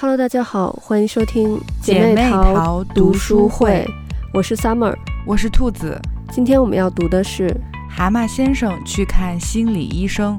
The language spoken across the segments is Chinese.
Hello， 大家好，欢迎收听姐妹淘读书会， 我是 Summer， 我是兔子。 今天我们要读的是《 蛤蟆先生去看心理医生》。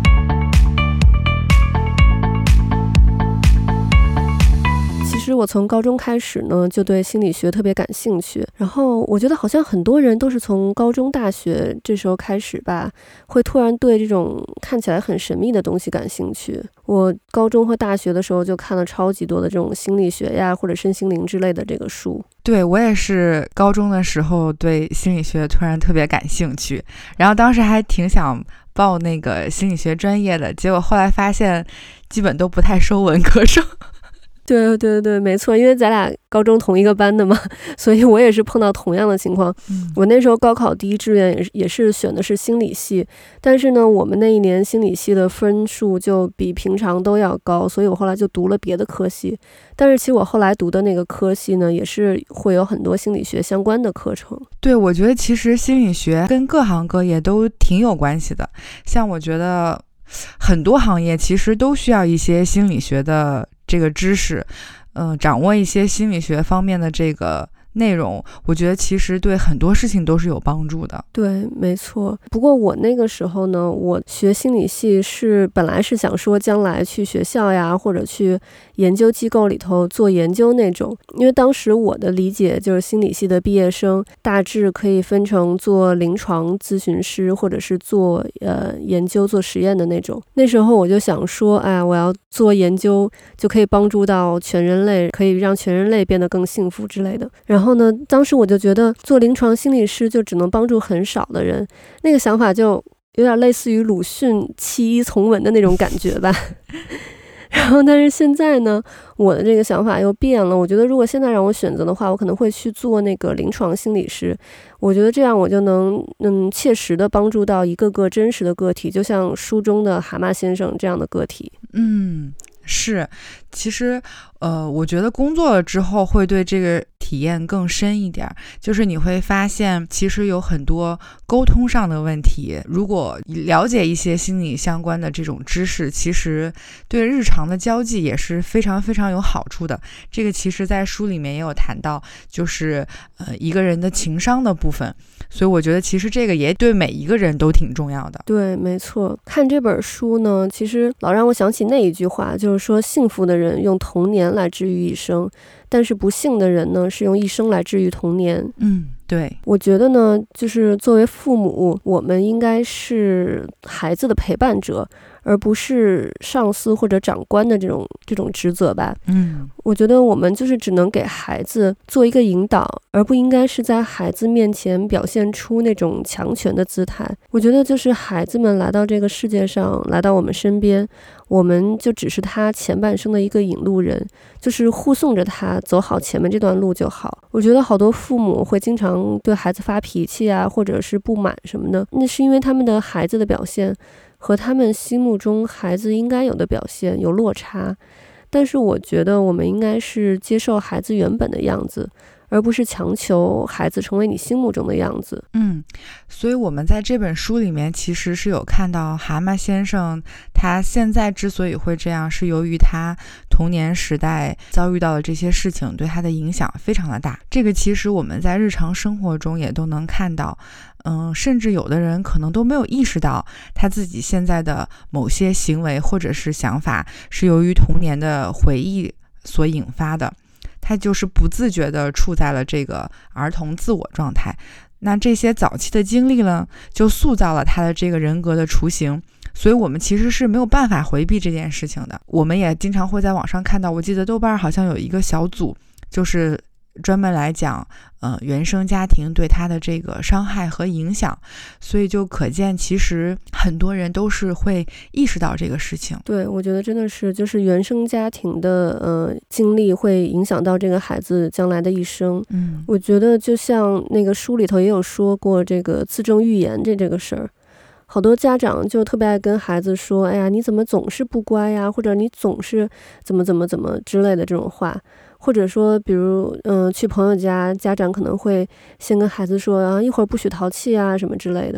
其实我从高中开始呢，就对心理学特别感兴趣。然后我觉得好像很多人都是从高中、大学这时候开始吧，会突然对这种看起来很神秘的东西感兴趣。我高中和大学的时候就看了超级多的这种心理学呀，或者身心灵之类的这个书。 对，我也是高中的时候对心理学突然特别感兴趣，然后当时还挺想报那个心理学专业的，结果后来发现基本都不太收文科生。 对，没错，因为咱俩高中同一个班的嘛，所以我也是碰到同样的情况。我那时候高考第一志愿也是选的是心理系，但是呢，我们那一年心理系的分数就比平常都要高，所以我后来就读了别的科系。但是其实我后来读的那个科系呢，也是会有很多心理学相关的课程。 对，我觉得其实心理学跟各行各业都挺有关系的，像我觉得很多行业其实都需要一些心理学的这个知识，掌握一些心理学方面的这个内容，我觉得其实对很多事情都是有帮助的。 对，没错。不过我那个时候呢，我学心理系本来是想说将来去学校呀，或者去研究机构里头做研究那种。因为当时我的理解就是心理系的毕业生大致可以分成做临床咨询师，或者是做研究做实验的那种。那时候我就想说，我要做研究就可以帮助到全人类，可以让全人类变得更幸福之类的。然后呢，当时我就觉得做临床心理师就只能帮助很少的人，那个想法就有点类似于鲁迅弃医从文的那种感觉吧。然后但是现在呢，我的这个想法又变了。我觉得如果现在让我选择的话，我可能会去做那个临床心理师。我觉得这样我就能切实的帮助到一个个真实的个体，就像书中的蛤蟆先生这样的个体。 是，其实我觉得工作了之后会对这个体验更深一点，就是你会发现其实有很多沟通上的问题，如果了解一些心理相关的这种知识，其实对日常的交际也是非常非常有好处的。这个其实在书里面也有谈到，就是一个人的情商的部分，所以我觉得其实这个也对每一个人都挺重要的。 对，没错。看这本书呢，其实老让我想起那一句话，就是说幸福的人用童年来治愈一生，但是不幸的人呢，是用一生来治愈童年。 对， 我觉得呢，就是作为父母，我们应该是孩子的陪伴者，而不是上司或者长官的这种职责吧。我觉得我们就是只能给孩子做一个引导，而不应该是在孩子面前表现出那种强权的姿态。我觉得就是孩子们来到这个世界上，来到我们身边，我们就只是他前半生的一个引路人，就是护送着他走好前面这段路就好。我觉得好多父母会经常对孩子发脾气啊，或者是不满什么的，那是因为他们的孩子的表现和他们心目中孩子应该有的表现有落差。但是我觉得我们应该是接受孩子原本的样子，而不是强求孩子成为你心目中的样子。 所以我们在这本书里面其实是有看到蛤蟆先生他现在之所以会这样，是由于他童年时代遭遇到的这些事情对他的影响非常的大。这个其实我们在日常生活中也都能看到，甚至有的人可能都没有意识到他自己现在的某些行为或者是想法是由于童年的回忆所引发的，他就是不自觉地处在了这个儿童自我状态。那这些早期的经历呢，就塑造了他的这个人格的雏形，所以我们其实是没有办法回避这件事情的。我们也经常会在网上看到，我记得豆瓣好像有一个小组，就是专门来讲原生家庭对他的这个伤害和影响，所以就可见其实很多人都是会意识到这个事情。 对，我觉得真的是就是原生家庭的经历会影响到这个孩子将来的一生。我觉得就像那个书里头也有说过这个自证预言这个事儿，好多家长就特别爱跟孩子说，哎呀，你怎么总是不乖呀，或者你总是怎么之类的这种话。或者说比如去朋友家，家长可能会先跟孩子说一会儿不许淘气啊什么之类的。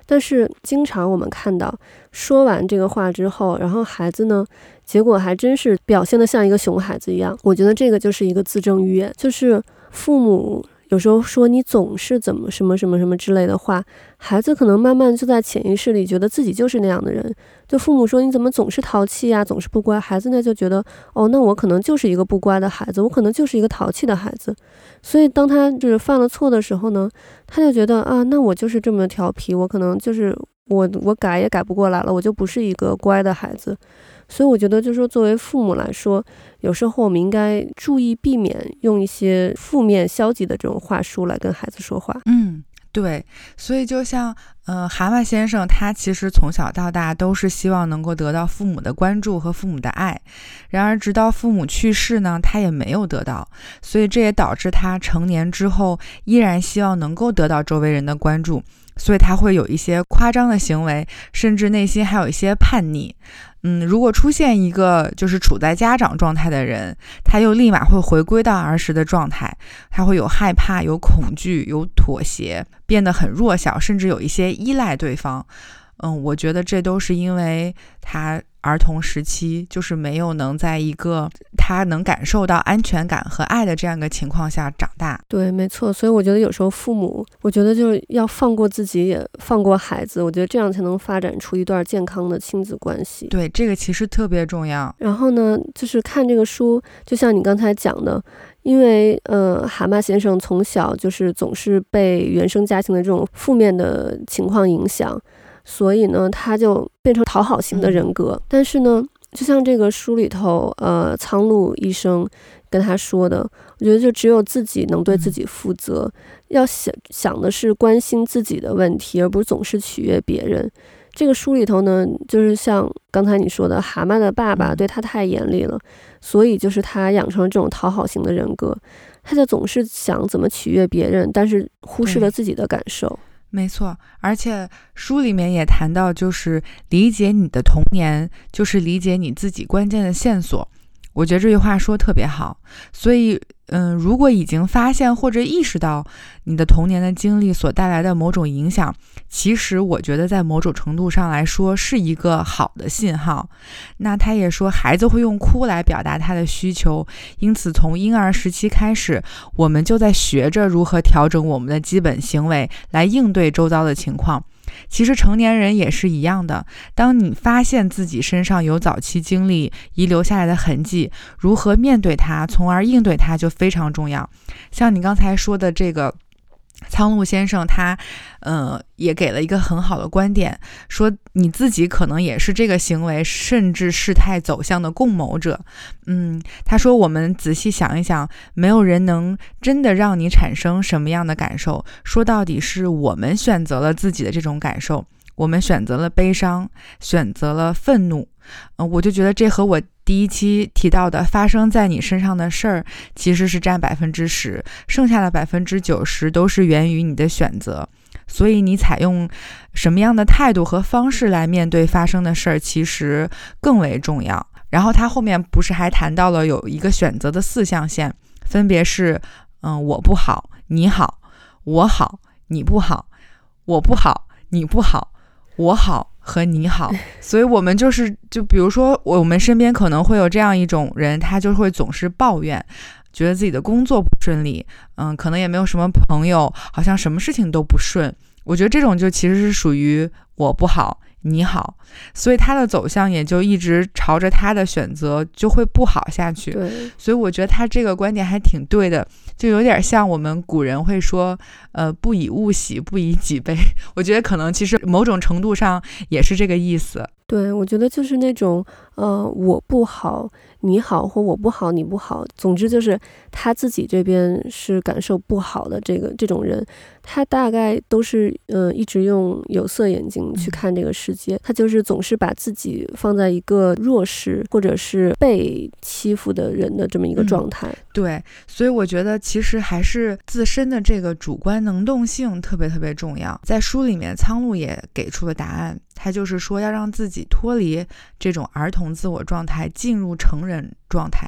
但是经常我们看到说完这个话之后，然后孩子呢结果还真是表现得像一个熊孩子一样。我觉得这个就是一个自证预言，就是父母有时候说你总是怎么什么什么什么之类的话，孩子可能慢慢就在潜意识里觉得自己就是那样的人。就父母说你怎么总是淘气呀，总是不乖，孩子呢就觉得那我可能就是一个不乖的孩子，我可能就是一个淘气的孩子。所以当他就是犯了错的时候呢，他就觉得那我就是这么调皮，我可能就是我改也改不过来了，我就不是一个乖的孩子。所以我觉得就是说作为父母来说，有时候我们应该注意避免用一些负面消极的这种话术来跟孩子说话。 对，所以就像蛤蟆先生他其实从小到大都是希望能够得到父母的关注和父母的爱，然而直到父母去世呢，他也没有得到，所以这也导致他成年之后依然希望能够得到周围人的关注，所以他会有一些夸张的行为，甚至内心还有一些叛逆。如果出现一个就是处在家长状态的人，他又立马会回归到儿时的状态，他会有害怕，有恐惧，有妥协，变得很弱小，甚至有一些依赖对方。我觉得这都是因为他儿童时期就是没有能在一个他能感受到安全感和爱的这样一个情况下长大。 对，没错。所以我觉得有时候父母，我觉得就是要放过自己，也放过孩子，我觉得这样才能发展出一段健康的亲子关系。 对，这个其实特别重要。 然后呢，就是看这个书，就像你刚才讲的，因为蛤蟆先生从小就是总是被原生家庭的这种负面的情况影响，所以呢他就变成讨好型的人格。但是呢就像这个书里头苍鹭医生跟他说的，我觉得就只有自己能对自己负责，要想的是关心自己的问题，而不是总是取悦别人。这个书里头呢，就是像刚才你说的，蛤蟆的爸爸对他太严厉了，所以就是他养成了这种讨好型的人格，他就总是想怎么取悦别人，但是忽视了自己的感受。 没错，而且书里面也谈到，就是理解你的童年，就是理解你自己关键的线索。我觉得这句话说特别好。所以如果已经发现或者意识到你的童年的经历所带来的某种影响，其实我觉得在某种程度上来说是一个好的信号。那他也说孩子会用哭来表达他的需求，因此从婴儿时期开始，我们就在学着如何调整我们的基本行为来应对周遭的情况。其实成年人也是一样的，当你发现自己身上有早期经历遗留下来的痕迹，如何面对它，从而应对它就非常重要。像你刚才说的这个苍鹭先生，他也给了一个很好的观点，说你自己可能也是这个行为甚至事态走向的共谋者。他说我们仔细想一想，没有人能真的让你产生什么样的感受，说到底是我们选择了自己的这种感受，我们选择了悲伤，选择了愤怒。我就觉得这和我第一期提到的发生在你身上的事儿其实是占 10%， 剩下的 90% 都是源于你的选择。所以你采用什么样的态度和方式来面对发生的事儿其实更为重要。然后他后面不是还谈到了有一个选择的4象限，分别是我不好你好，我好你不好，我不好你不好，我好和你好。所以我们就比如说我们身边可能会有这样一种人，他就会总是抱怨，觉得自己的工作不顺利，可能也没有什么朋友，好像什么事情都不顺。我觉得这种就其实是属于我不好你好，所以他的走向也就一直朝着他的选择就会不好下去。 对， 所以我觉得他这个观点还挺对的，就有点像我们古人会说不以物喜，不以己悲。我觉得可能其实某种程度上也是这个意思。 对，我觉得就是那种我不好你好，或我不好你不好，总之就是他自己这边是感受不好的这种人，他大概都是一直用有色眼镜去看这个世界，他就是总是把自己放在一个弱势或者是被欺负的人的这么一个状态。 对，所以我觉得其实还是自身的这个主观能动性特别特别重要。在书里面苍鹭也给出了答案，他就是说要让自己脱离这种儿童自我状态，进入成人状态。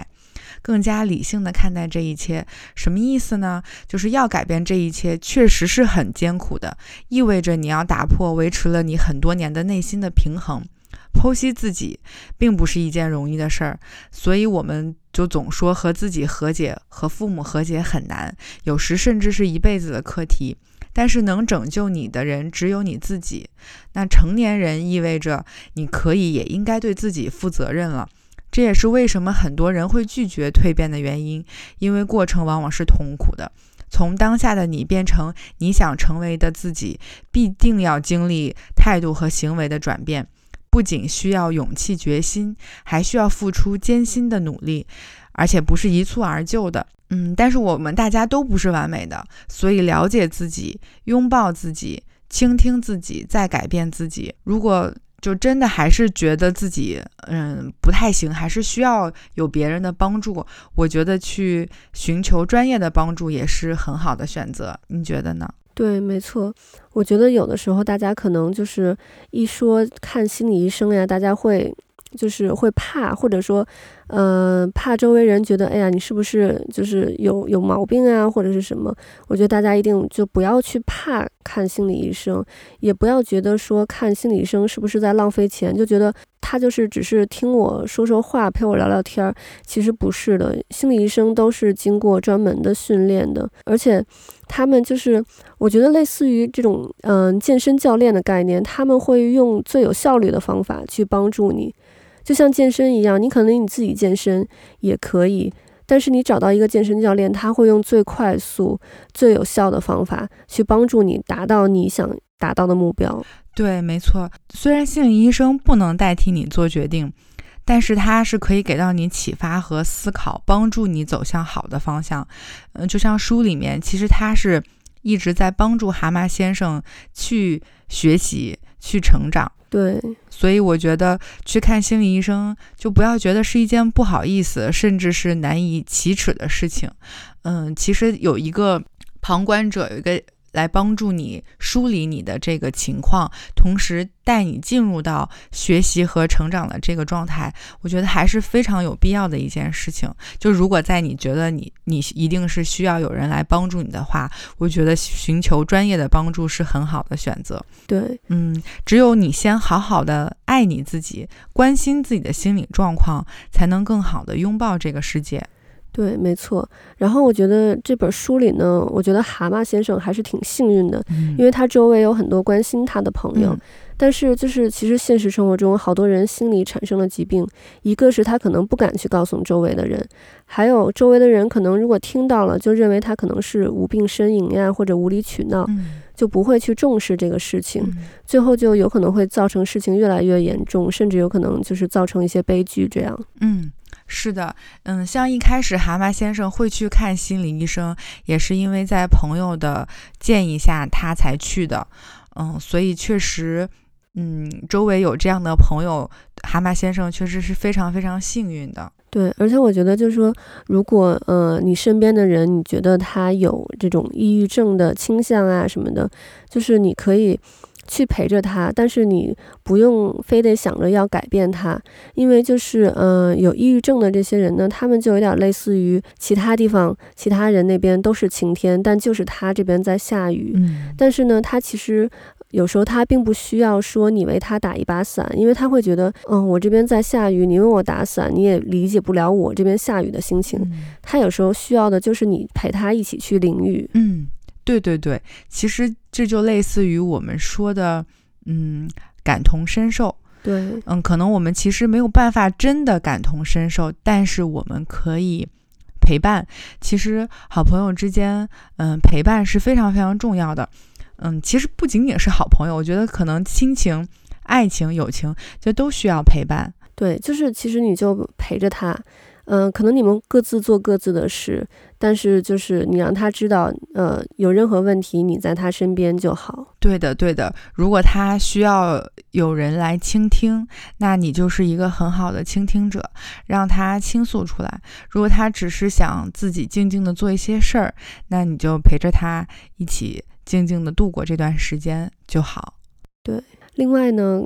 更加理性的看待这一切。什么意思呢？就是要改变这一切确实是很艰苦的，意味着你要打破维持了你很多年的内心的平衡。剖析自己并不是一件容易的事儿，所以我们就总说和自己和解、和父母和解很难，有时甚至是一辈子的课题。但是能拯救你的人只有你自己。那成年人意味着你可以也应该对自己负责任了。这也是为什么很多人会拒绝蜕变的原因，因为过程往往是痛苦的。从当下的你变成你想成为的自己，必定要经历态度和行为的转变，不仅需要勇气决心，还需要付出艰辛的努力，而且不是一蹴而就的。但是我们大家都不是完美的，所以了解自己，拥抱自己，倾听自己，再改变自己。如果就真的还是觉得自己不太行，还是需要有别人的帮助，我觉得去寻求专业的帮助也是很好的选择。你觉得呢？ 对，没错。我觉得有的时候大家可能就是一说看心理医生呀，大家会怕，或者说怕周围人觉得哎呀你是不是就是有毛病啊或者是什么。我觉得大家一定就不要去怕看心理医生，也不要觉得说看心理医生是不是在浪费钱，就觉得他就是只是听我说说话，陪我聊聊天。其实不是的，心理医生都是经过专门的训练的，而且他们就是我觉得类似于这种健身教练的概念，他们会用最有效率的方法去帮助你。就像健身一样，你可能你自己健身也可以，但是你找到一个健身教练，他会用最快速最有效的方法去帮助你达到你想达到的目标。 对，没错。虽然心理医生不能代替你做决定，但是它是可以给到你启发和思考，帮助你走向好的方向。就像书里面，其实他是一直在帮助蛤蟆先生去学习、去成长。 对， 所以我觉得去看心理医生，就不要觉得是一件不好意思，甚至是难以启齿的事情。其实有一个旁观者，有一个来帮助你梳理你的这个情况，同时带你进入到学习和成长的这个状态，我觉得还是非常有必要的一件事情。就如果在你觉得你一定是需要有人来帮助你的话，我觉得寻求专业的帮助是很好的选择。 对， 只有你先好好的爱你自己，关心自己的心理状况，才能更好的拥抱这个世界。 对，没错。然后我觉得这本书里呢，我觉得蛤蟆先生还是挺幸运的，因为他周围有很多关心他的朋友。但是就是其实现实生活中好多人心里产生了疾病，一个是他可能不敢去告诉周围的人，还有周围的人可能如果听到了就认为他可能是无病呻吟呀，或者无理取闹，就不会去重视这个事情，最后就有可能会造成事情越来越严重，甚至有可能就是造成一些悲剧这样。 是的，像一开始蛤蟆先生会去看心理医生，也是因为在朋友的建议下他才去的。所以确实，周围有这样的朋友，蛤蟆先生确实是非常非常幸运的。 对，而且我觉得就是说，如果你身边的人你觉得他有这种抑郁症的倾向啊什么的，就是你可以去陪着他，但是你不用非得想着要改变他，因为就是有抑郁症的这些人呢，他们就有点类似于其他地方其他人那边都是晴天，但就是他这边在下雨。但是呢，他其实有时候他并不需要说你为他打一把伞，因为他会觉得我这边在下雨，你为我打伞，你也理解不了我这边下雨的心情。他有时候需要的就是你陪他一起去淋雨。 对，其实这就类似于我们说的感同身受。 对， 可能我们其实没有办法真的感同身受，但是我们可以陪伴。其实好朋友之间陪伴是非常非常重要的。其实不仅仅是好朋友，我觉得可能亲情、爱情、友情就都需要陪伴。 对，就是其实你就陪着他，可能你们各自做各自的事，但是就是你让他知道有任何问题你在他身边就好。 对的，如果他需要有人来倾听，那你就是一个很好的倾听者，让他倾诉出来。如果他只是想自己静静的做一些事儿，那你就陪着他一起静静的度过这段时间就好。 对，另外呢，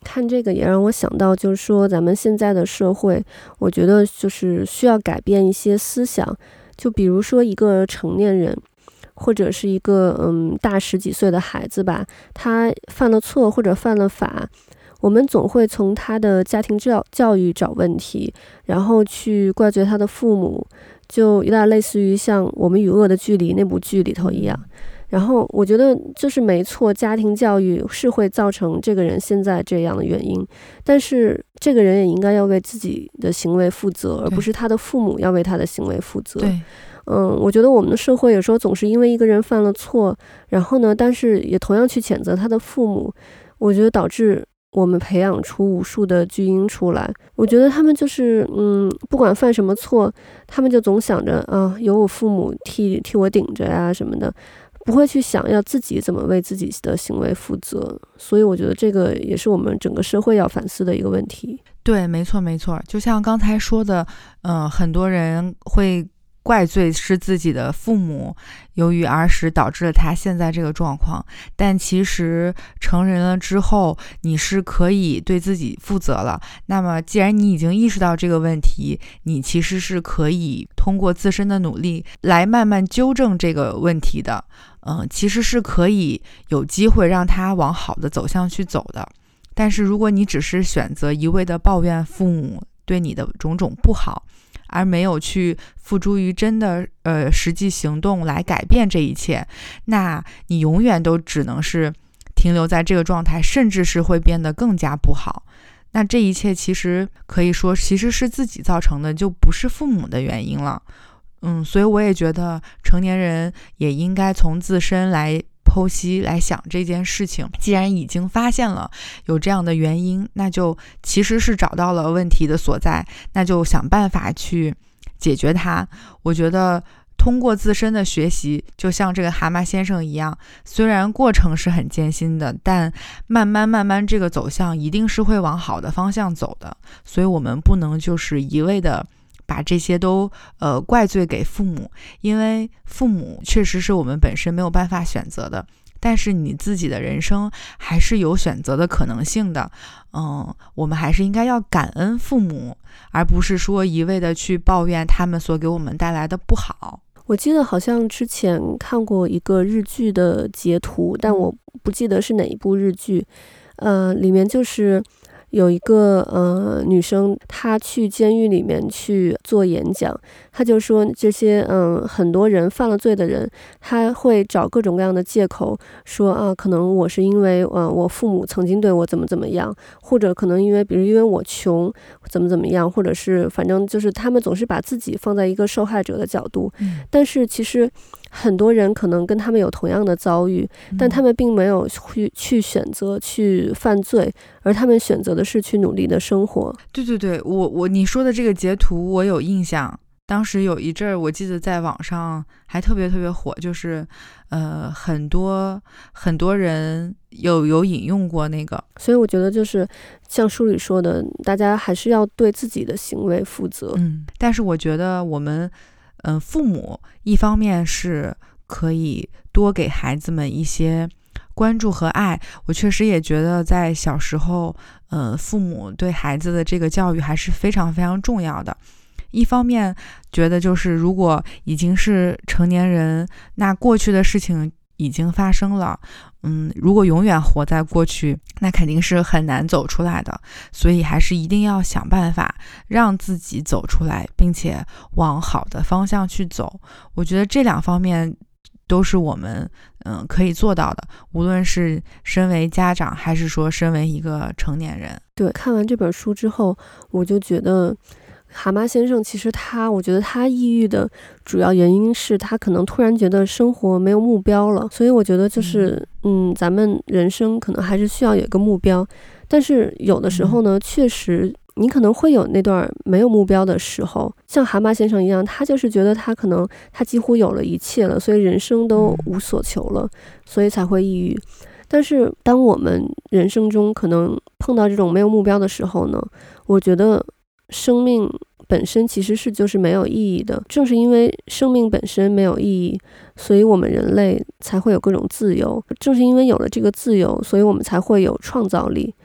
看这个也让我想到，就是说咱们现在的社会，我觉得就是需要改变一些思想。就比如说一个成年人，或者是一个大10几岁的孩子吧，他犯了错或者犯了法，我们总会从他的家庭教育找问题，然后去怪罪他的父母，就有点类似于像《我们与恶的距离》那部剧里头一样。然后我觉得就是没错，家庭教育是会造成这个人现在这样的原因，但是这个人也应该要为自己的行为负责，而不是他的父母要为他的行为负责。 对， 我觉得我们的社会有时候总是因为一个人犯了错，然后呢，但是也同样去谴责他的父母，我觉得导致我们培养出无数的巨婴出来。我觉得他们就是不管犯什么错，他们就总想着有我父母替我顶着呀什么的，不会去想要自己怎么为自己的行为负责。所以我觉得这个也是我们整个社会要反思的一个问题。 对，没错没错，就像刚才说的，很多人会怪罪是自己的父母，由于儿时导致了他现在这个状况，但其实成人了之后，你是可以对自己负责了。那么既然你已经意识到这个问题，你其实是可以通过自身的努力来慢慢纠正这个问题的。其实是可以有机会让他往好的走向去走的。但是如果你只是选择一味的抱怨父母对你的种种不好，而没有去付诸于真的实际行动来改变这一切，那你永远都只能是停留在这个状态，甚至是会变得更加不好。那这一切其实可以说其实是自己造成的，就不是父母的原因了。所以我也觉得成年人也应该从自身来剖析来想这件事情。既然已经发现了有这样的原因，那就其实是找到了问题的所在，那就想办法去解决它。我觉得通过自身的学习，就像这个蛤蟆先生一样，虽然过程是很艰辛的，但慢慢这个走向一定是会往好的方向走的。所以我们不能就是一味的把这些都怪罪给父母，因为父母确实是我们本身没有办法选择的，但是你自己的人生还是有选择的可能性的。我们还是应该要感恩父母，而不是说一味的去抱怨他们所给我们带来的不好。 我记得好像之前看过一个日剧的截图，但我不记得是哪一部日剧。里面就是有一个女生，她去监狱里面去做演讲，她就说这些很多人犯了罪的人，他会找各种各样的借口说可能我是因为我父母曾经对我怎么样，或者可能因为我穷怎么样，或者是反正就是他们总是把自己放在一个受害者的角度。但是其实很多人可能跟他们有同样的遭遇，但他们并没有去选择去犯罪，而他们选择的是去努力的生活。 对，你说的这个截图我有印象，当时有一阵儿我记得在网上还特别火，就是很多人有引用过那个。 所以我觉得就是像书里说的，大家还是要对自己的行为负责。 但是我觉得我们父母一方面是可以多给孩子们一些关注和爱，我确实也觉得在小时候父母对孩子的这个教育还是非常非常重要的。一方面觉得就是如果已经是成年人，那过去的事情已经发生了，如果永远活在过去，那肯定是很难走出来的。所以还是一定要想办法让自己走出来，并且往好的方向去走。我觉得这两方面都是我们可以做到的，无论是身为家长还是说身为一个成年人。 对，看完这本书之后，我就觉得蛤蟆先生其实我觉得他抑郁的主要原因是他可能突然觉得生活没有目标了。所以我觉得就是咱们人生可能还是需要有一个目标，但是有的时候呢，确实你可能会有那段没有目标的时候，像蛤蟆先生一样，他就是觉得他几乎有了一切了，所以人生都无所求了，所以才会抑郁。但是当我们人生中可能碰到这种没有目标的时候呢，我觉得生命本身其实就是没有意义的。正是因为生命本身没有意义，所以我们人类才会有各种自由。正是因为有了这个自由，所以我们才会有创造力。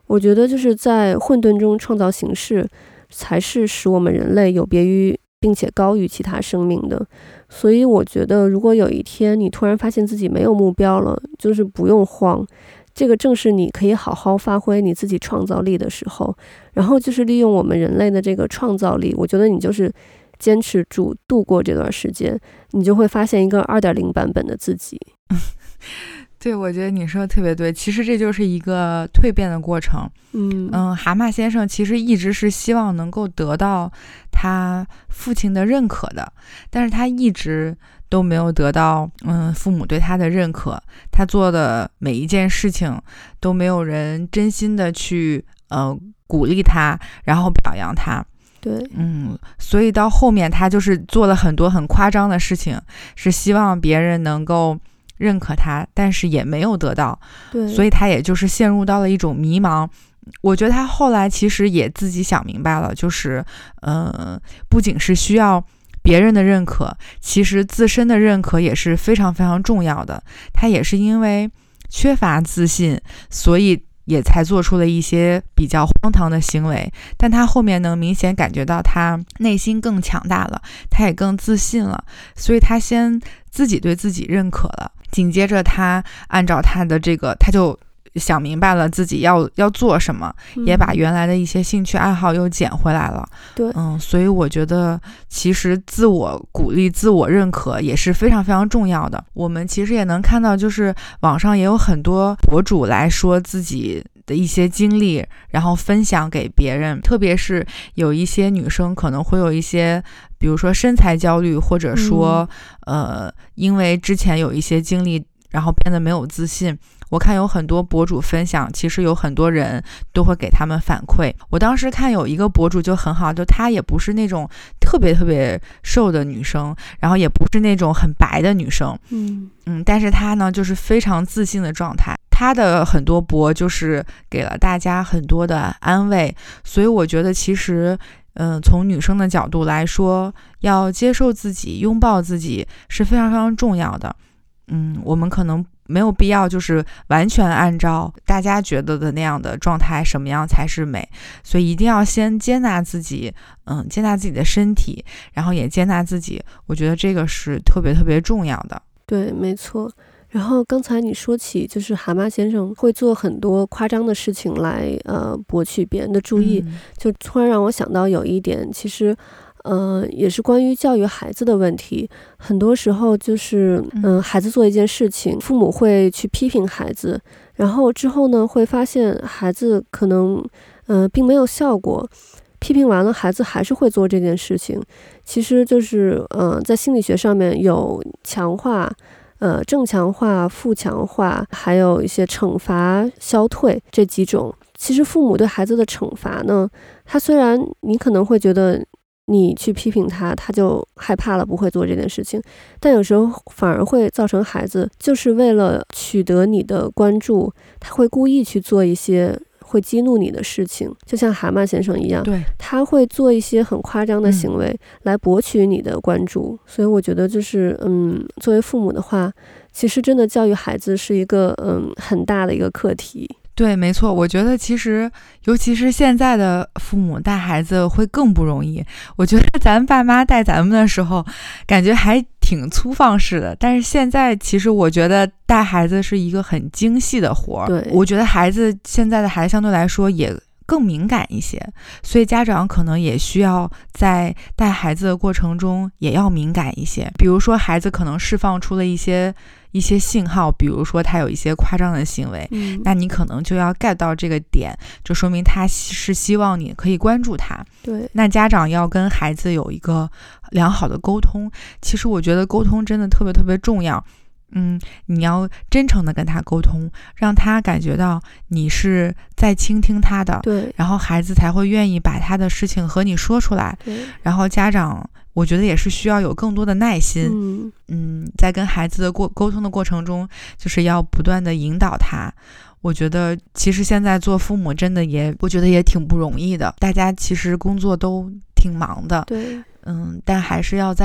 我觉得就是在混沌中创造形式，才是使我们人类有别于并且高于其他生命的。所以我觉得如果有一天你突然发现自己没有目标了，就是不用慌，这个正是你可以好好发挥你自己创造力的时候。然后就是利用我们人类的这个创造力，我觉得你就是坚持住度过这段时间，你就会发现一个 2.0 版本的自己。 对，我觉得你说的特别对，其实这就是一个蜕变的过程。蛤蟆先生其实一直是希望能够得到他父亲的认可的，但是他一直都没有得到父母对他的认可，他做的每一件事情都没有人真心的去鼓励他，然后表扬他。 对， 所以到后面他就是做了很多很夸张的事情，是希望别人能够认可他，但是也没有得到。 对， 所以他也就是陷入到了一种迷茫。我觉得他后来其实也自己想明白了，就是不仅是需要别人的认可，其实自身的认可也是非常非常重要的。他也是因为缺乏自信，所以也才做出了一些比较荒唐的行为，但他后面能明显感觉到他内心更强大了，他也更自信了，所以他先自己对自己认可了，紧接着他按照他的这个，他就想明白了自己要做什么，也把原来的一些兴趣爱好又捡回来了。 对， 所以我觉得其实自我鼓励、自我认可也是非常非常重要的。我们其实也能看到，就是网上也有很多博主来说自己的一些经历，然后分享给别人，特别是有一些女生可能会有一些比如说身材焦虑，或者说因为之前有一些经历然后变得没有自信。我看有很多博主分享，其实有很多人都会给他们反馈。我当时看有一个博主就很好，就她也不是那种特别特别瘦的女生，然后也不是那种很白的女生，但是她呢就是非常自信的状态。她的很多博就是给了大家很多的安慰，所以我觉得其实从女生的角度来说，要接受自己、拥抱自己是非常非常重要的。我们可能没有必要就是完全按照大家觉得的那样的状态，什么样才是美，所以一定要先接纳自己，接纳自己的身体，然后也接纳自己，我觉得这个是特别特别重要的。 对，没错。然后刚才你说起就是蛤蟆先生会做很多夸张的事情来博取别人的注意，就突然让我想到有一点，其实也是关于教育孩子的问题。很多时候就是孩子做一件事情，父母会去批评孩子，然后之后呢会发现孩子可能并没有效果，批评完了孩子还是会做这件事情。其实就是在心理学上面有强化、正强化、负强化，还有一些惩罚、消退这几种。其实父母对孩子的惩罚呢，他虽然你可能会觉得你去批评他，他就害怕了，不会做这件事情，但有时候反而会造成孩子就是为了取得你的关注，他会故意去做一些会激怒你的事情，就像蛤蟆先生一样， 对， 他会做一些很夸张的行为来博取你的关注。所以我觉得就是作为父母的话，其实真的教育孩子是一个很大的一个课题。 对，没错，我觉得其实尤其是现在的父母带孩子会更不容易。我觉得咱爸妈带咱们的时候感觉还挺粗放式的，但是现在其实我觉得带孩子是一个很精细的活儿。 对， 我觉得现在的孩子相对来说也更敏感一些，所以家长可能也需要在带孩子的过程中也要敏感一些。比如说孩子可能释放出了一些信号，比如说他有一些夸张的行为，那你可能就要 get 到这个点，就说明他是希望你可以关注他。 对， 那家长要跟孩子有一个良好的沟通，其实我觉得沟通真的特别特别重要。你要真诚的跟他沟通，让他感觉到你是在倾听他的， 对， 然后孩子才会愿意把他的事情和你说出来。 对， 然后家长我觉得也是需要有更多的耐心，在跟孩子的沟通的过程中，就是要不断的引导他。我觉得其实现在做父母真的我觉得也挺不容易的，大家其实工作都挺忙的， 对， 但还是要在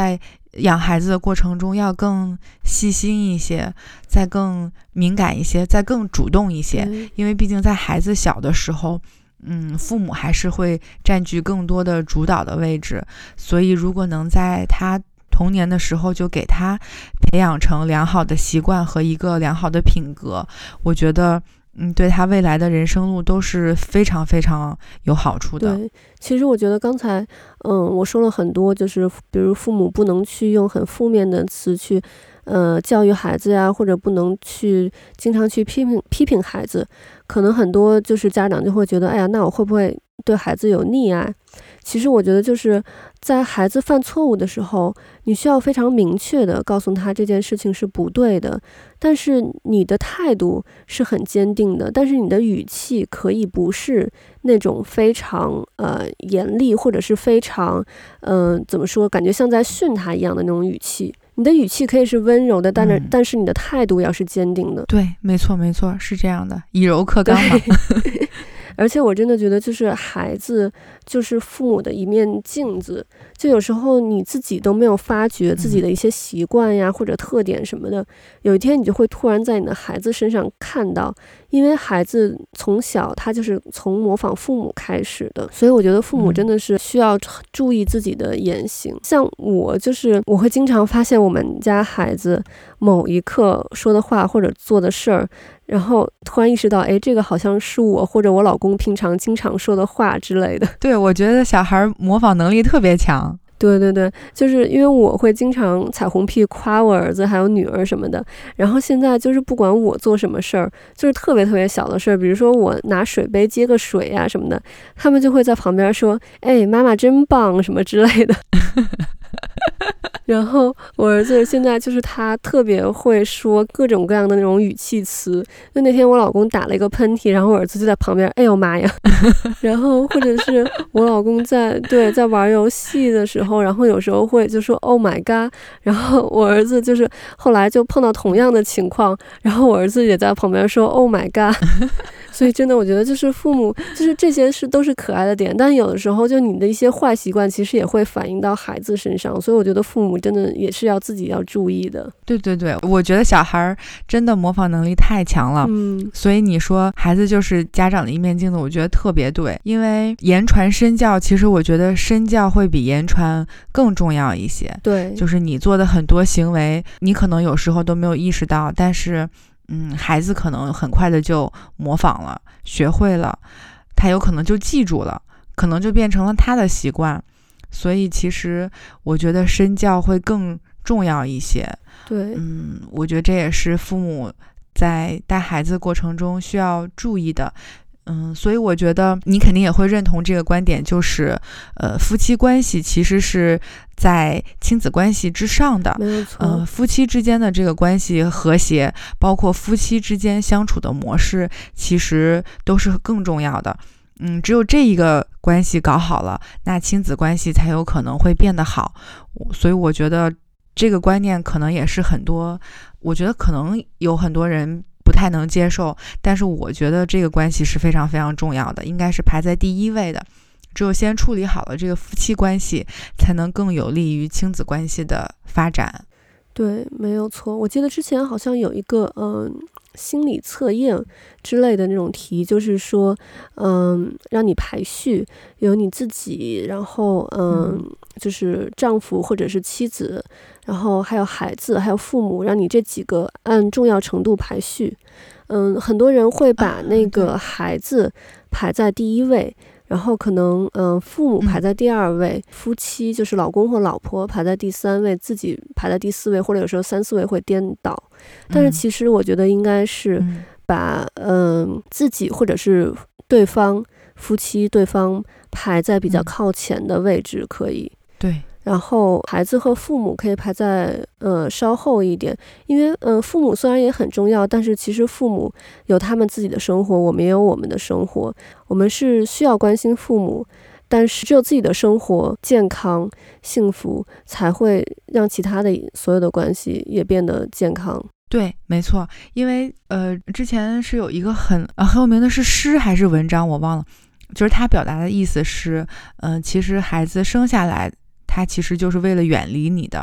养孩子的过程中要更细心一些，再更敏感一些，再更主动一些，因为毕竟在孩子小的时候父母还是会占据更多的主导的位置，所以如果能在他童年的时候就给他培养成良好的习惯和一个良好的品格，我觉得对他未来的人生路都是非常非常有好处的。 对，其实我觉得刚才我说了很多，就是比如父母不能去用很负面的词去教育孩子呀，或者不能去经常去批评孩子，可能很多就是家长就会觉得，哎呀，那我会不会对孩子有溺爱？其实我觉得就是在孩子犯错误的时候，你需要非常明确的告诉他这件事情是不对的，但是你的态度是很坚定的，但是你的语气可以不是那种非常严厉，或者是非常怎么说，感觉像在训他一样的那种语气。你的语气可以是温柔的，但是你的态度要是坚定的。 对，没错没错，是这样的，以柔克刚嘛。 而且我真的觉得就是孩子就是父母的一面镜子，就有时候你自己都没有发觉自己的一些习惯呀或者特点什么的，有一天你就会突然在你的孩子身上看到，因为孩子从小他就是从模仿父母开始的，所以我觉得父母真的是需要注意自己的言行。像我就是我会经常发现我们家孩子某一刻说的话或者做的事儿，然后突然意识到，哎，这个好像是我或者我老公平常经常说的话之类的。 对，我觉得小孩模仿能力特别强。 对对对，就是因为我会经常彩虹屁夸我儿子还有女儿什么的，然后现在就是不管我做什么事儿，就是特别特别小的事儿，比如说我拿水杯接个水啊什么的，他们就会在旁边说，哎，妈妈真棒什么之类的。然后我儿子现在就是他特别会说各种各样的那种语气词，就那天我老公打了一个喷嚏，然后我儿子就在旁边，哎呦妈呀。然后或者是我老公在玩游戏的时候，然后有时候会就说 Oh my god， 然后我儿子就是后来就碰到同样的情况，然后我儿子也在旁边说 Oh my god。所以真的我觉得就是父母就是这些都是可爱的点，但有的时候就你的一些坏习惯其实也会反映到孩子身上，所以我觉得父母真的也是要自己要注意的。 对对对，我觉得小孩真的模仿能力太强了，所以你说孩子就是家长的一面镜子，我觉得特别对。因为言传身教，其实我觉得身教会比言传更重要一些。 对， 就是你做的很多行为，你可能有时候都没有意识到，但是孩子可能很快的就模仿了，学会了，他有可能就记住了，可能就变成了他的习惯。所以其实我觉得身教会更重要一些。 对， 我觉得这也是父母在带孩子过程中需要注意的。所以我觉得你肯定也会认同这个观点，就是夫妻关系其实是在亲子关系之上的。 没有错。 夫妻之间的这个关系和谐，包括夫妻之间相处的模式，其实都是更重要的。只有这一个关系搞好了，那亲子关系才有可能会变得好。所以我觉得这个观念可能也是我觉得可能有很多人不太能接受，但是我觉得这个关系是非常非常重要的，应该是排在第一位的。只有先处理好了这个夫妻关系，才能更有利于亲子关系的发展。 对，没有错。我记得之前好像有一个心理测验之类的那种题，就是说让你排序，有你自己，然后就是丈夫或者是妻子，然后还有孩子，还有父母，让你这几个按重要程度排序。很多人会把那个孩子排在第一位，然后可能父母排在第二位，夫妻就是老公或老婆排在第三位，自己排在第四位，或者有时候3、4位会颠倒。但是其实我觉得应该是把自己或者是对方夫妻对方排在比较靠前的位置可以。 对。 然后孩子和父母可以排在稍后一点，因为父母虽然也很重要，但是其实父母有他们自己的生活，我们也有我们的生活，我们是需要关心父母，但是只有自己的生活健康幸福，才会让其他的所有的关系也变得健康。 对，没错。因为之前是有一个很有名的是诗还是文章我忘了，就是他表达的意思是其实孩子生下来他其实就是为了远离你的，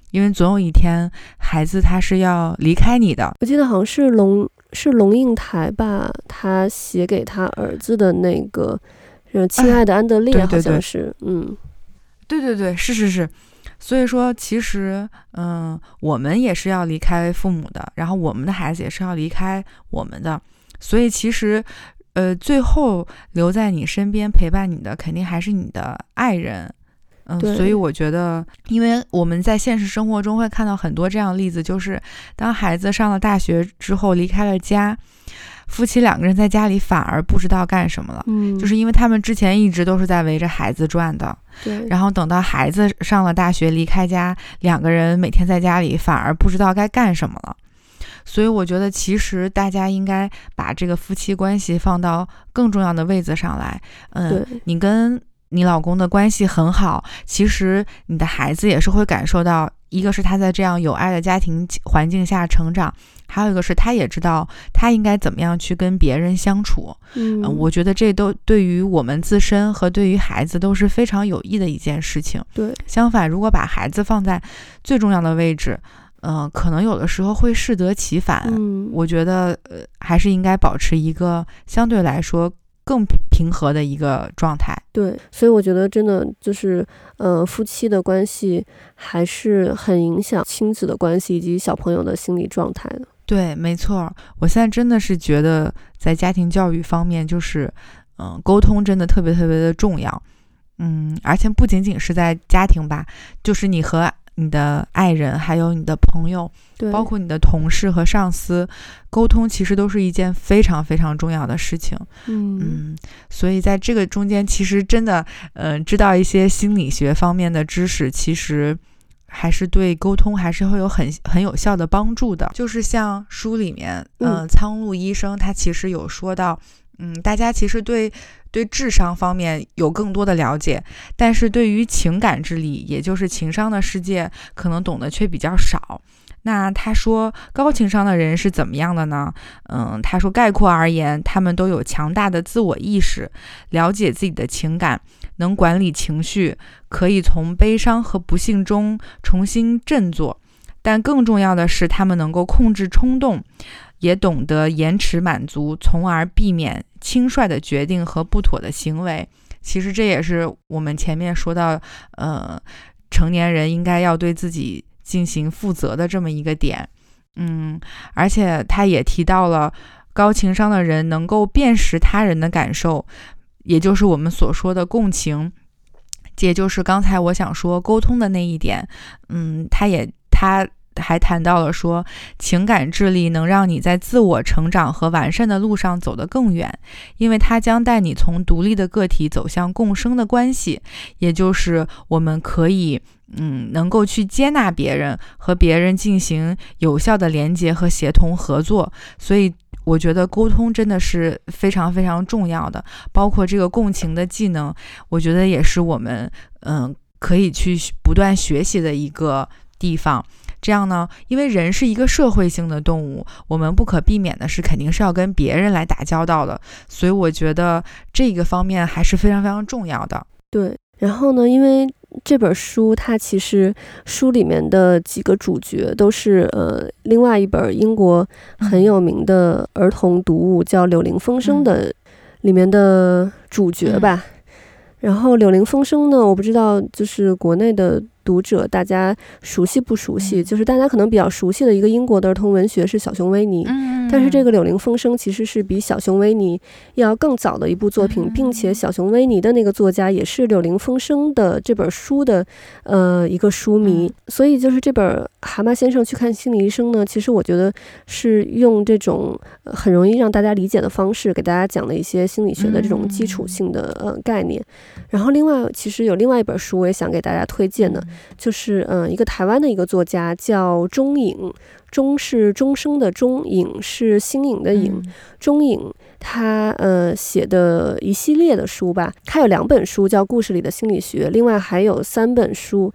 因为总有一天孩子他是要离开你的。 我记得好像是龙应台吧，他写给他儿子的那个亲爱的安德烈，好像是， 对，是。所以说其实我们也是要离开父母的，然后我们的孩子也是要离开我们的，所以其实最后留在你身边陪伴你的肯定还是你的爱人。所以我觉得，因为我们在现实生活中会看到很多这样的例子，就是当孩子上了大学之后离开了家，夫妻两个人在家里反而不知道干什么了，就是因为他们之前一直都是在围着孩子转的，然后等到孩子上了大学离开家，两个人每天在家里反而不知道该干什么了。所以我觉得其实大家应该把这个夫妻关系放到更重要的位置上来。你跟你老公的关系很好，其实你的孩子也是会感受到，一个是他在这样有爱的家庭环境下成长，还有一个是他也知道他应该怎么样去跟别人相处。我觉得这都对于我们自身和对于孩子都是非常有益的一件事情。 对， 相反，如果把孩子放在最重要的位置，可能有的时候会适得其反。我觉得还是应该保持一个相对来说更平和的一个状态。 对，所以我觉得真的就是夫妻的关系还是很影响亲子的关系以及小朋友的心理状态的。 对，没错，我现在真的是觉得在家庭教育方面，就是沟通真的特别特别的重要。而且不仅仅是在家庭吧，就是你和你的爱人还有你的朋友，包括你的同事和上司，沟通其实都是一件非常非常重要的事情。所以在这个中间其实真的知道一些心理学方面的知识，其实还是对沟通还是会有很有效的帮助的。就是像书里面苍鹭医生他其实有说到，大家其实对智商方面有更多的了解，但是对于情感智力，也就是情商的世界，可能懂得却比较少。那他说高情商的人是怎么样的呢？他说概括而言，他们都有强大的自我意识，了解自己的情感，能管理情绪，可以从悲伤和不幸中重新振作。但更重要的是，他们能够控制冲动，也懂得延迟满足，从而避免轻率的决定和不妥的行为。其实这也是我们前面说到成年人应该要对自己进行负责的这么一个点。而且他也提到了高情商的人能够辨识他人的感受，也就是我们所说的共情，也就是刚才我想说沟通的那一点。他还谈到了说，情感智力能让你在自我成长和完善的路上走得更远，因为它将带你从独立的个体走向共生的关系，也就是我们可以能够去接纳别人，和别人进行有效的连接和协同合作。所以我觉得沟通真的是非常非常重要的，包括这个共情的技能，我觉得也是我们可以去不断学习的一个地方。这样呢，因为人是一个社会性的动物，我们不可避免的是肯定是要跟别人来打交道的，所以我觉得这个方面还是非常非常重要的。 对，然后呢，因为这本书它其实书里面的几个主角都是另外一本英国很有名的儿童读物叫《柳林风声》的里面的主角吧。然后《柳林风声》呢，我不知道就是国内的读者大家熟悉不熟悉，就是大家可能比较熟悉的一个英国的儿童文学是小熊维尼，但是这个《柳林风声》其实是比小熊维尼要更早的一部作品，并且小熊维尼的那个作家也是《柳林风声》的这本书的一个书迷，所以就是这本《蛤蟆先生去看心理医生》呢，其实我觉得是用这种很容易让大家理解的方式给大家讲了一些心理学的这种基础性的概念。然后另外其实有另外一本书我也想给大家推荐的，就是一个台湾的一个作家叫钟颖，钟是钟声的钟，颖是新颖的颖。钟颖他写的一系列的书吧，他有2本书叫《故事里的心理学》，另外还有3本书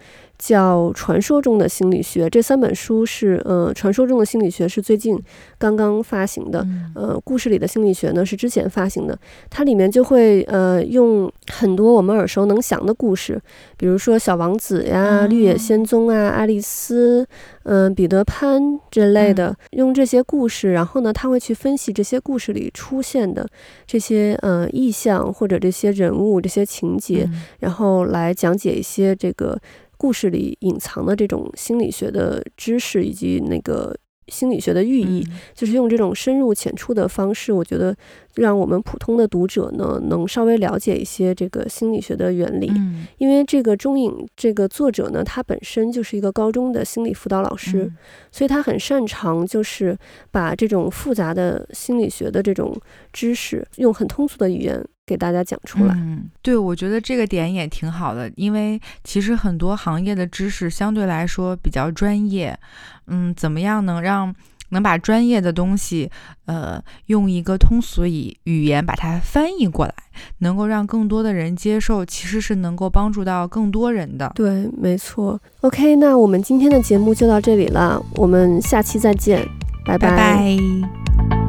叫《传说中的心理学》。这3本书是传说中的心理学是最近刚刚发行的，故事里的心理学呢是之前发行的。它里面就会用很多我们耳熟能详的故事，比如说小王子呀、绿野仙踪啊、爱丽丝、彼得潘之类的，用这些故事，然后呢他会去分析这些故事里出现的这些意象或者这些人物、这些情节，然后来讲解一些这个故事里隐藏的这种心理学的知识以及那个心理学的寓意，就是用这种深入浅出的方式，我觉得让我们普通的读者呢能稍微了解一些这个心理学的原理。因为这个钟颖这个作者呢，他本身就是一个高中的心理辅导老师，所以他很擅长就是把这种复杂的心理学的这种知识用很通俗的语言给大家讲出来。 对，我觉得这个点也挺好的，因为其实很多行业的知识相对来说比较专业，怎么样能把专业的东西用一个通俗语言把它翻译过来，能够让更多的人接受，其实是能够帮助到更多人的。 对，没错。 OK， 那我们今天的节目就到这里了，我们下期再见，拜拜。 拜拜。